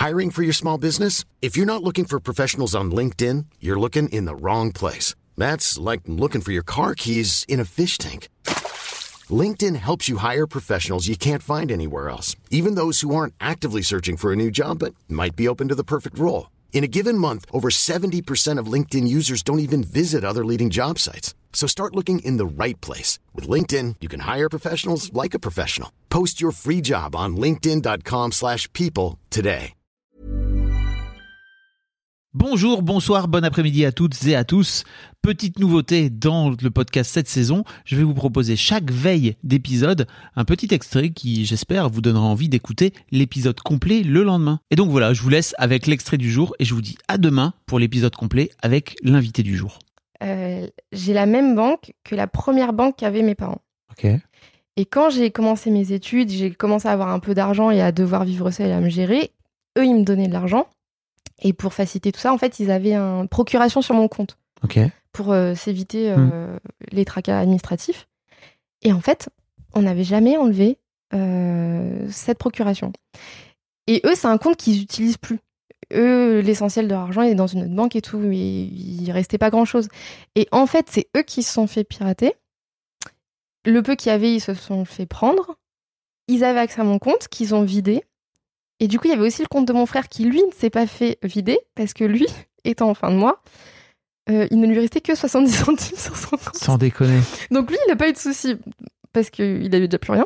Hiring for your small business? If you're not looking for professionals on LinkedIn, you're looking in the wrong place. That's like looking for your car keys in a fish tank. LinkedIn helps you hire professionals you can't find anywhere else, even those who aren't actively searching for a new job but might be open to the perfect role. In a given month, over 70% of LinkedIn users don't even visit other leading job sites. So start looking in the right place. With LinkedIn, you can hire professionals like a professional. Post your free job on linkedin.com/people today. Bonjour, bonsoir, bon après-midi à toutes et à tous. Petite nouveauté dans le podcast cette saison, je vais vous proposer chaque veille d'épisode un petit extrait qui, j'espère, vous donnera envie d'écouter l'épisode complet le lendemain. Et donc voilà, je vous laisse avec l'extrait du jour et je vous dis à demain pour l'épisode complet avec l'invité du jour. J'ai la même banque que la première banque qu'avaient mes parents. Ok. Et quand j'ai commencé mes études, j'ai commencé à avoir un peu d'argent et à devoir vivre seul et à me gérer, eux, ils me donnaient de l'argent. Et pour faciliter tout ça, en fait, ils avaient une procuration sur mon compte. Ok. Pour s'éviter les tracas administratifs. Et en fait, on n'avait jamais enlevé cette procuration. Et eux, c'est un compte qu'ils n'utilisent plus. Eux, l'essentiel de leur argent est dans une autre banque et tout, mais il restait pas grand-chose. Et en fait, c'est eux qui se sont fait pirater. Le peu qu'il y avait, ils se sont fait prendre. Ils avaient accès à mon compte, qu'ils ont vidé. Et du coup, il y avait aussi le compte de mon frère qui, lui, ne s'est pas fait vider, parce que lui, étant en fin de mois, il ne lui restait que 70 centimes sur son compte. Sans déconner. Donc lui, il n'a pas eu de souci, parce qu'il n'avait déjà plus rien.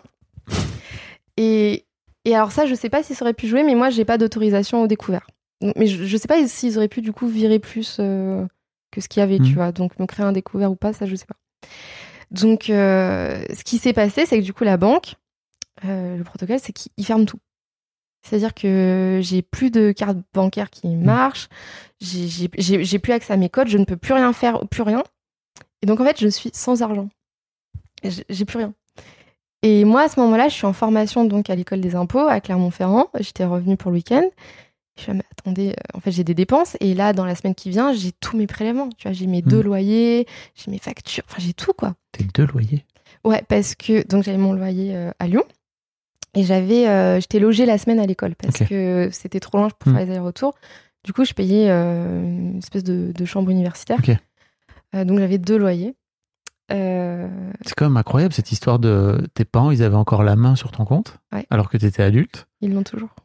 Et alors ça, je ne sais pas s'ils auraient pu jouer, mais moi, je n'ai pas d'autorisation au découvert. Mais je ne sais pas s'ils auraient pu, du coup, virer plus que ce qu'il y avait, tu vois. Donc, me créer un découvert ou pas, ça, je ne sais pas. Donc, ce qui s'est passé, c'est que du coup, la banque, le protocole, c'est qu'ils ferment tout. C'est-à-dire que j'ai plus de carte bancaire qui marche, j'ai plus accès à mes codes, je ne peux plus rien faire, plus rien. Et donc, en fait, je suis sans argent. J'ai plus rien. Et moi, à ce moment-là, je suis en formation donc à l'école des impôts à Clermont-Ferrand. J'étais revenue pour le week-end. Je suis là, mais attendez, en fait, j'ai des dépenses. Et là, dans la semaine qui vient, j'ai tous mes prélèvements. Tu vois, j'ai mes 2 loyers, j'ai mes factures, enfin, j'ai tout, quoi. Tes 2 loyers? Ouais, parce que donc j'avais mon loyer à Lyon. Et j'étais logée la semaine à l'école parce que c'était trop loin pour faire les allers-retours. Du coup, je payais une espèce de chambre universitaire. Okay. Donc, j'avais 2 loyers. C'est quand même incroyable cette histoire de tes parents, ils avaient encore la main sur ton compte alors que tu étais adulte. Ils l'ont toujours.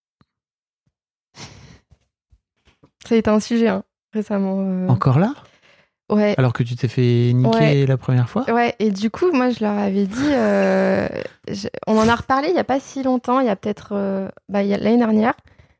Ça a été un sujet récemment. Encore là ? Ouais. Alors que tu t'es fait niquer la première fois ? Ouais, et du coup, moi, je leur avais dit... on en a reparlé il n'y a pas si longtemps, il y a peut-être... l'année dernière.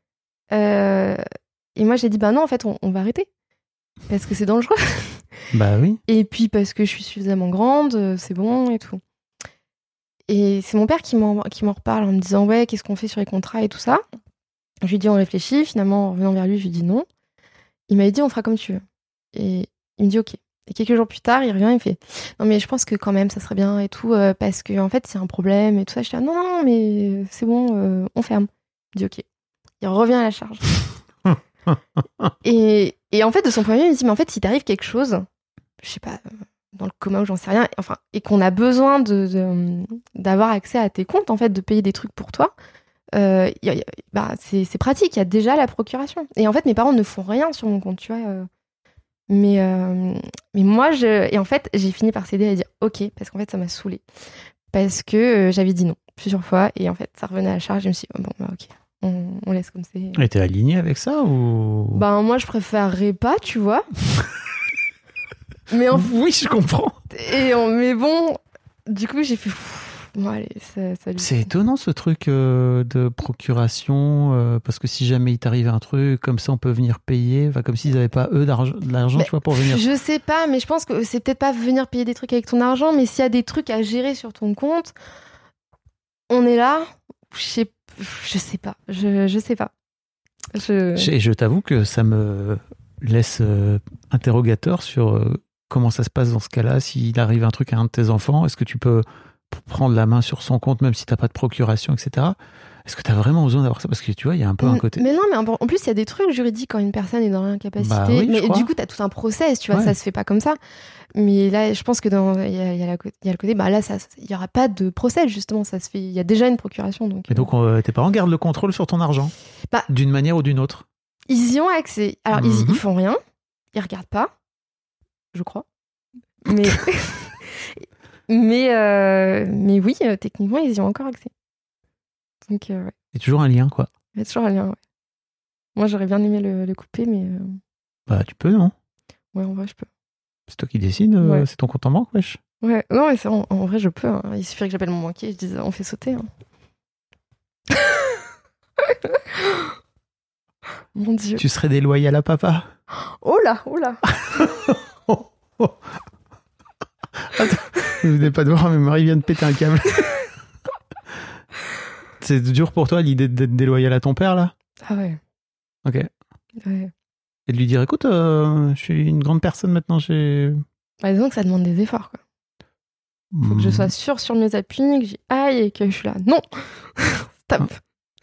Et moi, j'ai dit, bah non, en fait, on va arrêter. Parce que c'est dangereux. Bah oui. Et puis, parce que je suis suffisamment grande, c'est bon et tout. Et c'est mon père qui m'en reparle en me disant, ouais, qu'est-ce qu'on fait sur les contrats et tout ça. Je lui dis, on réfléchit. Finalement, en revenant vers lui, je lui dis non. Il m'avait dit, on fera comme tu veux. Et il me dit ok. Et quelques jours plus tard, il revient, il me fait non mais je pense que quand même ça serait bien et tout parce que en fait c'est un problème et tout ça. Je dis ah, non mais c'est bon, on ferme. Il me dit ok. Il revient à la charge. et en fait de son point de vue, il me dit mais en fait si t'arrive quelque chose, je sais pas dans le coma ou j'en sais rien, enfin et qu'on a besoin d'avoir accès à tes comptes en fait, de payer des trucs pour toi. C'est pratique. Il y a déjà la procuration. Et en fait mes parents ne font rien sur mon compte, tu vois. Mais moi, et en fait, j'ai fini par céder à dire ok, parce qu'en fait, ça m'a saoulée. Parce que j'avais dit non plusieurs fois, et en fait, ça revenait à la charge, et je me suis dit, bon, bah ok, on laisse comme c'est. Et t'es alignée avec ça ou... Ben, moi, je préférerais pas, tu vois. Mais oui, je comprends. Mais bon, du coup, j'ai fait... Bon, allez, ça lui... C'est étonnant ce truc de procuration, parce que si jamais il t'arrive un truc, comme ça on peut venir payer, comme s'ils n'avaient pas eux de l'argent, tu vois, pour venir... Je sais pas, mais je pense que c'est peut-être pas venir payer des trucs avec ton argent, mais s'il y a des trucs à gérer sur ton compte, on est là, je sais pas, je sais pas. Je t'avoue que ça me laisse interrogateur sur comment ça se passe dans ce cas-là, s'il arrive un truc à un de tes enfants, est-ce que tu peux prendre la main sur son compte, même si tu n'as pas de procuration, etc. Est-ce que tu as vraiment besoin d'avoir ça? Parce que tu vois, il y a un peu un côté. Mais non, mais en plus, il y a des trucs juridiques quand une personne est dans l'incapacité. Bah oui, mais du coup, tu as tout un process, tu vois, ça se fait pas comme ça. Mais là, je pense que il y a le côté, bah là, il y aura pas de procès, justement, ça se fait. Il y a déjà une procuration. Donc, et donc, tes parents gardent le contrôle sur ton argent, d'une manière ou d'une autre. Ils y ont accès. Alors, ils font rien, ils regardent pas, je crois. Mais, mais oui, techniquement, ils y ont encore accès. Donc, ouais. C'est toujours un lien, quoi. Il y a toujours un lien, ouais. Moi, j'aurais bien aimé le couper, mais... Bah, tu peux, non? Ouais, en vrai, je peux. C'est toi qui décides, c'est ton compte en banque, wesh. Ouais, non, mais c'est en vrai, je peux. Hein. Il suffirait que j'appelle mon banquier et je dise, on fait sauter. Hein. Mon Dieu. Tu serais déloyal à papa? Oh là, oh là. Attends, vous venez pas de voir, mais Marie vient de péter un câble. C'est dur pour toi l'idée d'être déloyal à ton père, là? Ah ouais. Ok. Ouais. Et de lui dire, écoute, je suis une grande personne maintenant, Bah, disons que ça demande des efforts, quoi. Faut que je sois sûre sur mes appuis, que j'y aille et que je suis là. Non. Stop.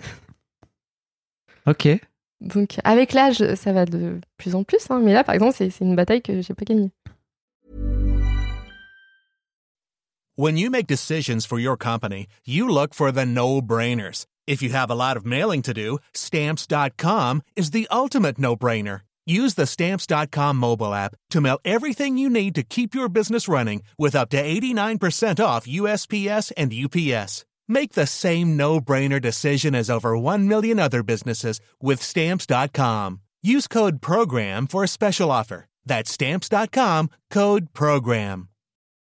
Ok. Donc, avec l'âge, ça va de plus en plus. Hein. Mais là, par exemple, c'est une bataille que j'ai pas gagnée. When you make decisions for your company, you look for the no-brainers. If you have a lot of mailing to do, Stamps.com is the ultimate no-brainer. Use the Stamps.com mobile app to mail everything you need to keep your business running with up to 89% off USPS and UPS. Make the same no-brainer decision as over 1 million other businesses with Stamps.com. Use code PROGRAM for a special offer. That's Stamps.com, code PROGRAM.